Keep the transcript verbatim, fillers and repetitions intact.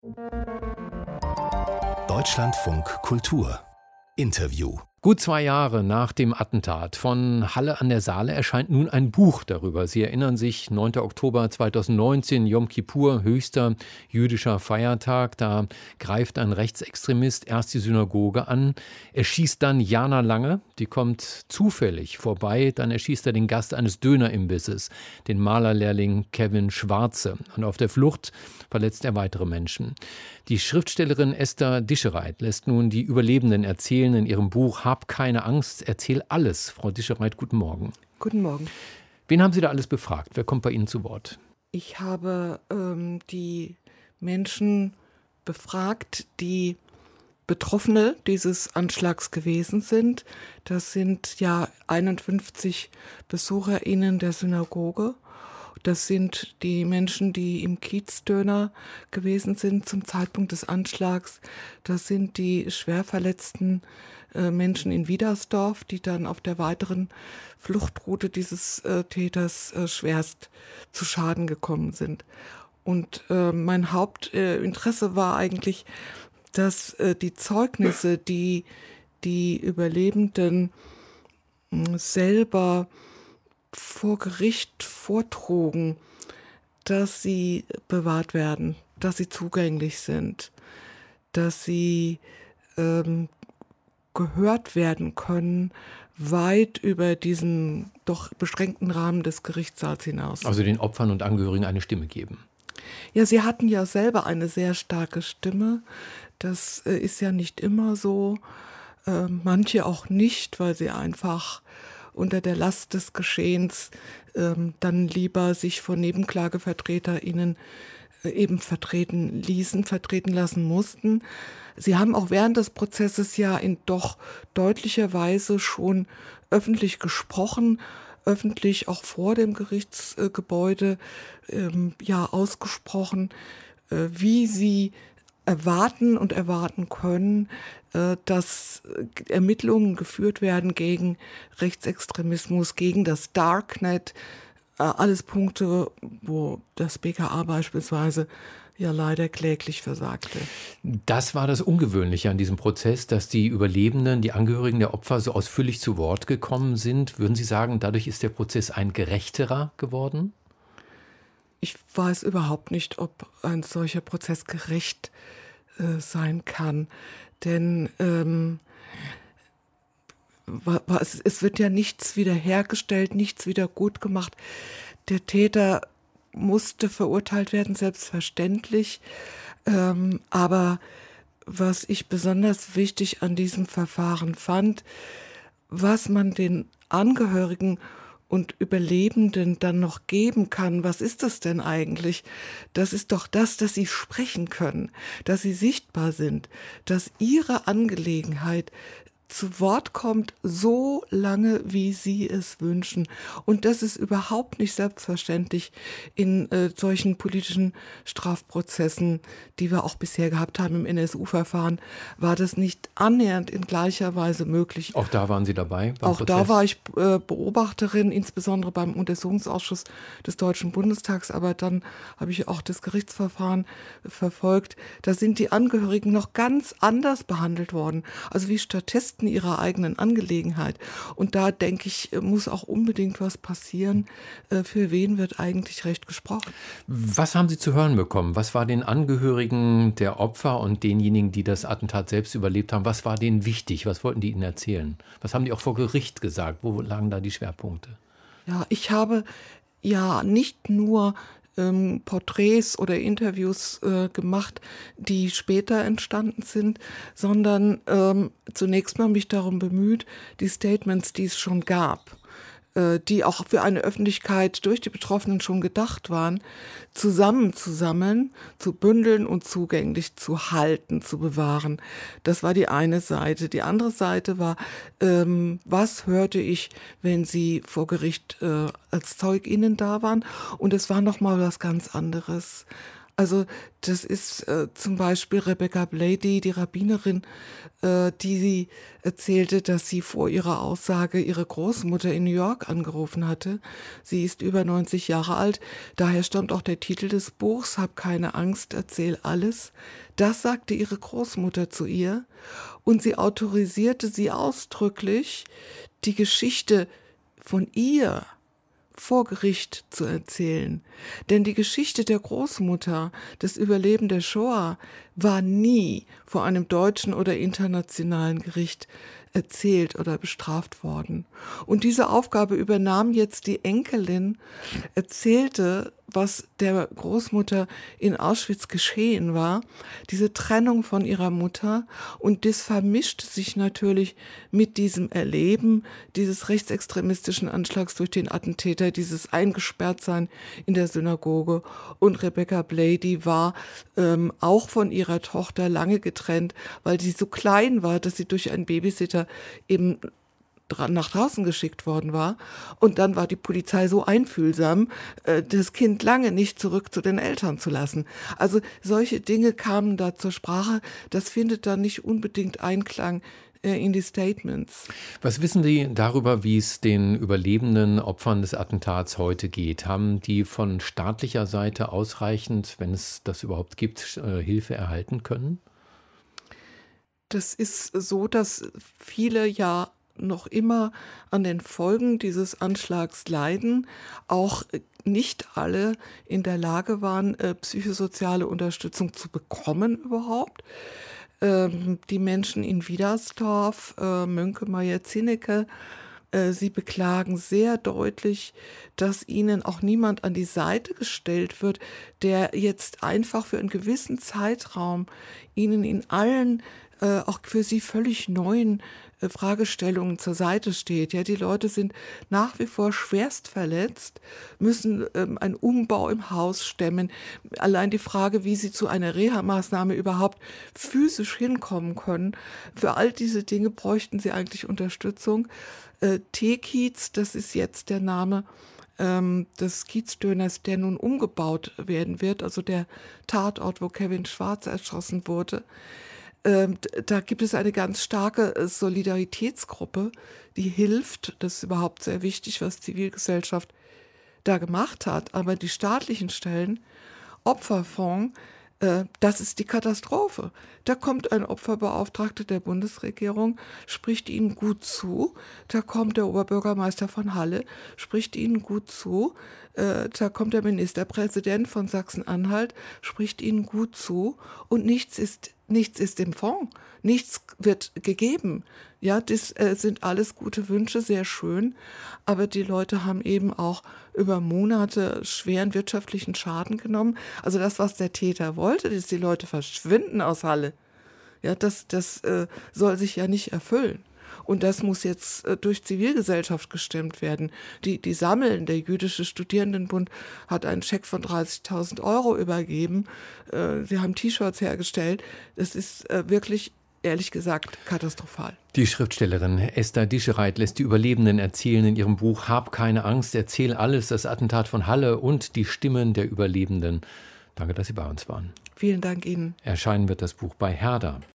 Deutschlandfunk Kultur Interview. Gut zwei Jahre nach dem Attentat von Halle an der Saale erscheint nun ein Buch darüber. Sie erinnern sich, neunter Oktober zweitausendneunzehn, Jom Kippur, höchster jüdischer Feiertag. Da greift ein Rechtsextremist erst die Synagoge an. Er schießt dann Jana Lange, die kommt zufällig vorbei. Dann erschießt er den Gast eines Dönerimbisses, den Malerlehrling Kevin Schwarze. Und auf der Flucht verletzt er weitere Menschen. Die Schriftstellerin Esther Dischereit lässt nun die Überlebenden erzählen in ihrem Buch Hab keine Angst, erzähl alles. Frau Dischereit, guten Morgen. Guten Morgen. Wen haben Sie da alles befragt? Wer kommt bei Ihnen zu Wort? Ich habe ähm, die Menschen befragt, die Betroffene dieses Anschlags gewesen sind. Das sind ja einundfünfzig BesucherInnen der Synagoge. Das sind die Menschen, die im Kiezdöner gewesen sind zum Zeitpunkt des Anschlags. Das sind die schwer verletzten äh, Menschen in Wiedersdorf, die dann auf der weiteren Fluchtroute dieses äh, Täters äh, schwerst zu Schaden gekommen sind. Und äh, mein Hauptinteresse äh, war eigentlich, dass äh, die Zeugnisse, die die Überlebenden äh, selber vor Gericht vortrugen, dass sie bewahrt werden, dass sie zugänglich sind, dass sie ähm, gehört werden können, weit über diesen doch beschränkten Rahmen des Gerichtssaals hinaus. Also den Opfern und Angehörigen eine Stimme geben. Ja, sie hatten ja selber eine sehr starke Stimme. Das äh, ist ja nicht immer so. Äh, manche auch nicht, weil sie einfach unter der Last des Geschehens ähm, dann lieber sich von NebenklagevertreterInnen äh, eben vertreten ließen, vertreten lassen mussten. Sie haben auch während des Prozesses ja in doch deutlicher Weise schon öffentlich gesprochen, öffentlich auch vor dem Gerichtsgebäude ähm, ja ausgesprochen, äh, wie sie erwarten und erwarten können, äh, dass Ermittlungen geführt werden gegen Rechtsextremismus, gegen das Darknet, äh, alles Punkte, wo das B K A beispielsweise ja leider kläglich versagte. Das war das Ungewöhnliche an diesem Prozess, dass die Überlebenden, die Angehörigen der Opfer so ausführlich zu Wort gekommen sind. Würden Sie sagen, dadurch ist der Prozess ein gerechterer geworden? Ich weiß überhaupt nicht, ob ein solcher Prozess gerecht äh, sein kann. Denn ähm, es, es wird ja nichts wiederhergestellt, nichts wieder gut gemacht. Der Täter musste verurteilt werden, selbstverständlich. Ähm, aber was ich besonders wichtig an diesem Verfahren fand, was man den Angehörigen und Überlebenden dann noch geben kann, was ist das denn eigentlich? Das ist doch das, dass sie sprechen können, dass sie sichtbar sind, dass ihre Angelegenheit zu Wort kommt, so lange, wie sie es wünschen. Und das ist überhaupt nicht selbstverständlich in äh, solchen politischen Strafprozessen, die wir auch bisher gehabt haben im N S U-Verfahren, war das nicht annähernd in gleicher Weise möglich. Auch da waren Sie dabei? Beim auch Prozess? Da war ich äh, Beobachterin, insbesondere beim Untersuchungsausschuss des Deutschen Bundestags, aber dann habe ich auch das Gerichtsverfahren verfolgt. Da sind die Angehörigen noch ganz anders behandelt worden, also wie Statisten ihrer eigenen Angelegenheit. Und da, denke ich, muss auch unbedingt was passieren. Für wen wird eigentlich Recht gesprochen? Was haben Sie zu hören bekommen? Was war den Angehörigen der Opfer und denjenigen, die das Attentat selbst überlebt haben, was war denen wichtig? Was wollten die Ihnen erzählen? Was haben die auch vor Gericht gesagt? Wo lagen da die Schwerpunkte? Ja, ich habe ja nicht nur Ähm, Porträts oder Interviews äh, gemacht, die später entstanden sind, sondern ähm, zunächst mal mich darum bemüht, die Statements, die es schon gab, äh, die auch für eine Öffentlichkeit durch die Betroffenen schon gedacht waren, zusammenzusammeln, zu bündeln und zugänglich zu halten, zu bewahren. Das war die eine Seite. Die andere Seite war, ähm, was hörte ich, wenn sie vor Gericht äh, als ZeugInnen da waren? Und es war noch mal was ganz anderes. Also das ist äh, zum Beispiel Rebecca Blady, die Rabbinerin, äh, die sie erzählte, dass sie vor ihrer Aussage ihre Großmutter in New York angerufen hatte. Sie ist über neunzig Jahre alt, daher stammt auch der Titel des Buchs, Hab keine Angst, erzähl alles. Das sagte ihre Großmutter zu ihr und sie autorisierte sie ausdrücklich, die Geschichte von ihr vor Gericht zu erzählen. Denn die Geschichte der Großmutter, das Überleben der Shoah, war nie vor einem deutschen oder internationalen Gericht erzählt oder bestraft worden. Und diese Aufgabe übernahm jetzt die Enkelin, erzählte, was der Großmutter in Auschwitz geschehen war, diese Trennung von ihrer Mutter, und das vermischte sich natürlich mit diesem Erleben dieses rechtsextremistischen Anschlags durch den Attentäter, dieses Eingesperrtsein in der Synagoge. Und Rebecca Blady war ähm, auch von ihrer Tochter lange getrennt, weil sie so klein war, dass sie durch einen Babysitter eben nach draußen geschickt worden war. Und dann war die Polizei so einfühlsam, das Kind lange nicht zurück zu den Eltern zu lassen. Also solche Dinge kamen da zur Sprache. Das findet dann nicht unbedingt Einklang in die Statements. Was wissen Sie darüber, wie es den überlebenden Opfern des Attentats heute geht? Haben die von staatlicher Seite ausreichend, wenn es das überhaupt gibt, Hilfe erhalten können? Das ist so, dass viele ja noch immer an den Folgen dieses Anschlags leiden, auch nicht alle in der Lage waren, äh, psychosoziale Unterstützung zu bekommen überhaupt. Ähm, die Menschen in Wiedersdorf, äh, Mönke, Meyer-Zinnecke, äh, sie beklagen sehr deutlich, dass ihnen auch niemand an die Seite gestellt wird, der jetzt einfach für einen gewissen Zeitraum ihnen in allen, äh, auch für sie völlig neuen Fragestellungen zur Seite steht. Ja, die Leute sind nach wie vor schwerst verletzt, müssen ähm, einen Umbau im Haus stemmen. Allein die Frage, wie sie zu einer Reha-Maßnahme überhaupt physisch hinkommen können, für all diese Dinge bräuchten sie eigentlich Unterstützung. Äh, T-Kiez, das ist jetzt der Name ähm, des Kiezdöners, der nun umgebaut werden wird, also der Tatort, wo Kevin Schwarz erschossen wurde. Da gibt es eine ganz starke Solidaritätsgruppe, die hilft. Das ist überhaupt sehr wichtig, was Zivilgesellschaft da gemacht hat. Aber die staatlichen Stellen, Opferfonds, das ist die Katastrophe. Da kommt ein Opferbeauftragter der Bundesregierung, spricht ihnen gut zu. Da kommt der Oberbürgermeister von Halle, spricht ihnen gut zu. Da kommt der Ministerpräsident von Sachsen-Anhalt, spricht ihnen gut zu. Und nichts ist, nichts ist im Fonds. Nichts wird gegeben. Ja, das äh, sind alles gute Wünsche, sehr schön. Aber die Leute haben eben auch über Monate schweren wirtschaftlichen Schaden genommen. Also das, was der Täter wollte, dass die Leute verschwinden aus Halle. Ja, das, das äh, soll sich ja nicht erfüllen. Und das muss jetzt äh, durch Zivilgesellschaft gestemmt werden. Die, die sammeln, der Jüdische Studierendenbund hat einen Scheck von dreißigtausend Euro übergeben. Äh, sie haben T-Shirts hergestellt. Das ist äh, wirklich, ehrlich gesagt, katastrophal. Die Schriftstellerin Esther Dischereit lässt die Überlebenden erzählen in ihrem Buch Hab keine Angst, erzähl alles, das Attentat von Halle und die Stimmen der Überlebenden. Danke, dass Sie bei uns waren. Vielen Dank Ihnen. Erscheinen wird das Buch bei Herder.